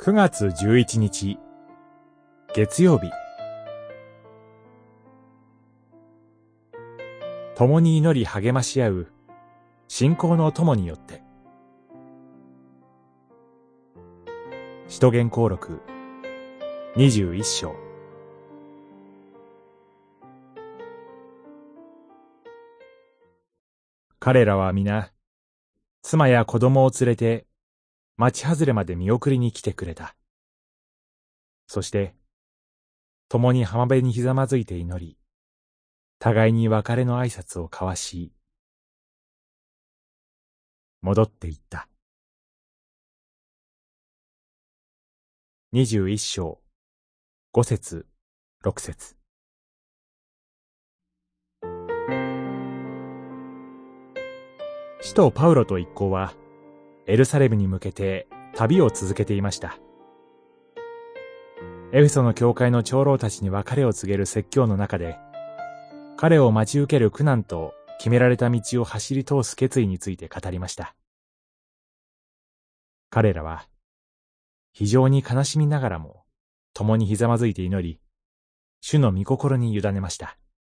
9月11日月曜日。共に祈り励まし合う信仰の友によって。使徒言行録21章。彼らは皆妻や子供を連れて町外れまで見送りに来てくれた。そして共に浜辺にひざまずいて祈り、互いに別れの挨拶を交わし、戻っていった。21章5節6節。使徒パウロと一行はエルサレムに向けて旅を続けていました。エフェソの教会の長老たちに別れを告げる説教の中で、彼を待ち受ける苦難と決められた道を走り通す決意について語りました。彼らは非常に悲しみながらも共にひざまずいて祈り、主の御心に委ねました。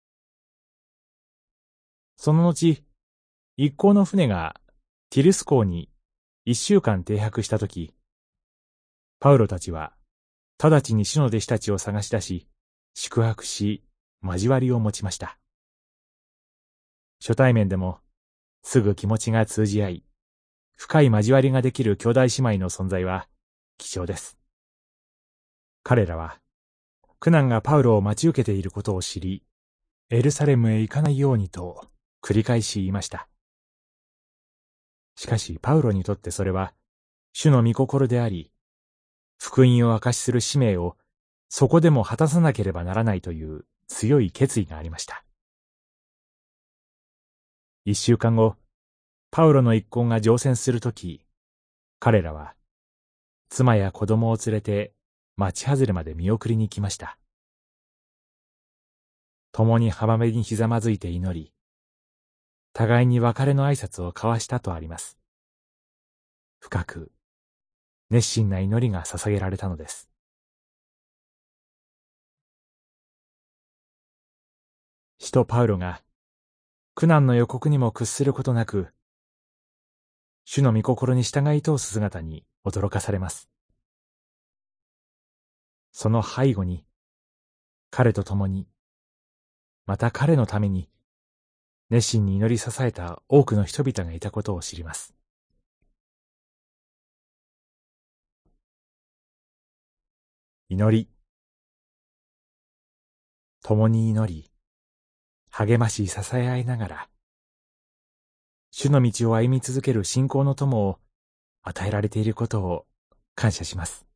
その後、一行の船がティルス港に1週間停泊したとき、パウロたちは直ちに主の弟子たちを探し出し、宿泊し、交わりを持ちました。初対面でもすぐ気持ちが通じ合い、深い交わりができる兄弟姉妹の存在は貴重です。彼らは苦難がパウロを待ち受けていることを知り、エルサレムへ行かないようにと繰り返し言いました。しかしパウロにとってそれは主の御心であり、福音を証しする使命をそこでも果たさなければならないという強い決意がありました。1週間後、パウロの一行が乗船するとき、彼らは妻や子供を連れて町外れまで見送りに来ました。共に浜辺にひざまずいて祈り、互いに別れの挨拶を交わしたとあります。深く熱心な祈りが捧げられたのです。使徒パウロが苦難の予告にも屈することなく、主の御心に従い通す姿に驚かされます。その背後に、彼と共に、また彼のために、熱心に祈り支えた多くの人々がいたことを知ります。祈り。共に祈り、励まし支え合いながら、主の道を歩み続ける信仰の友を与えられていることを感謝します。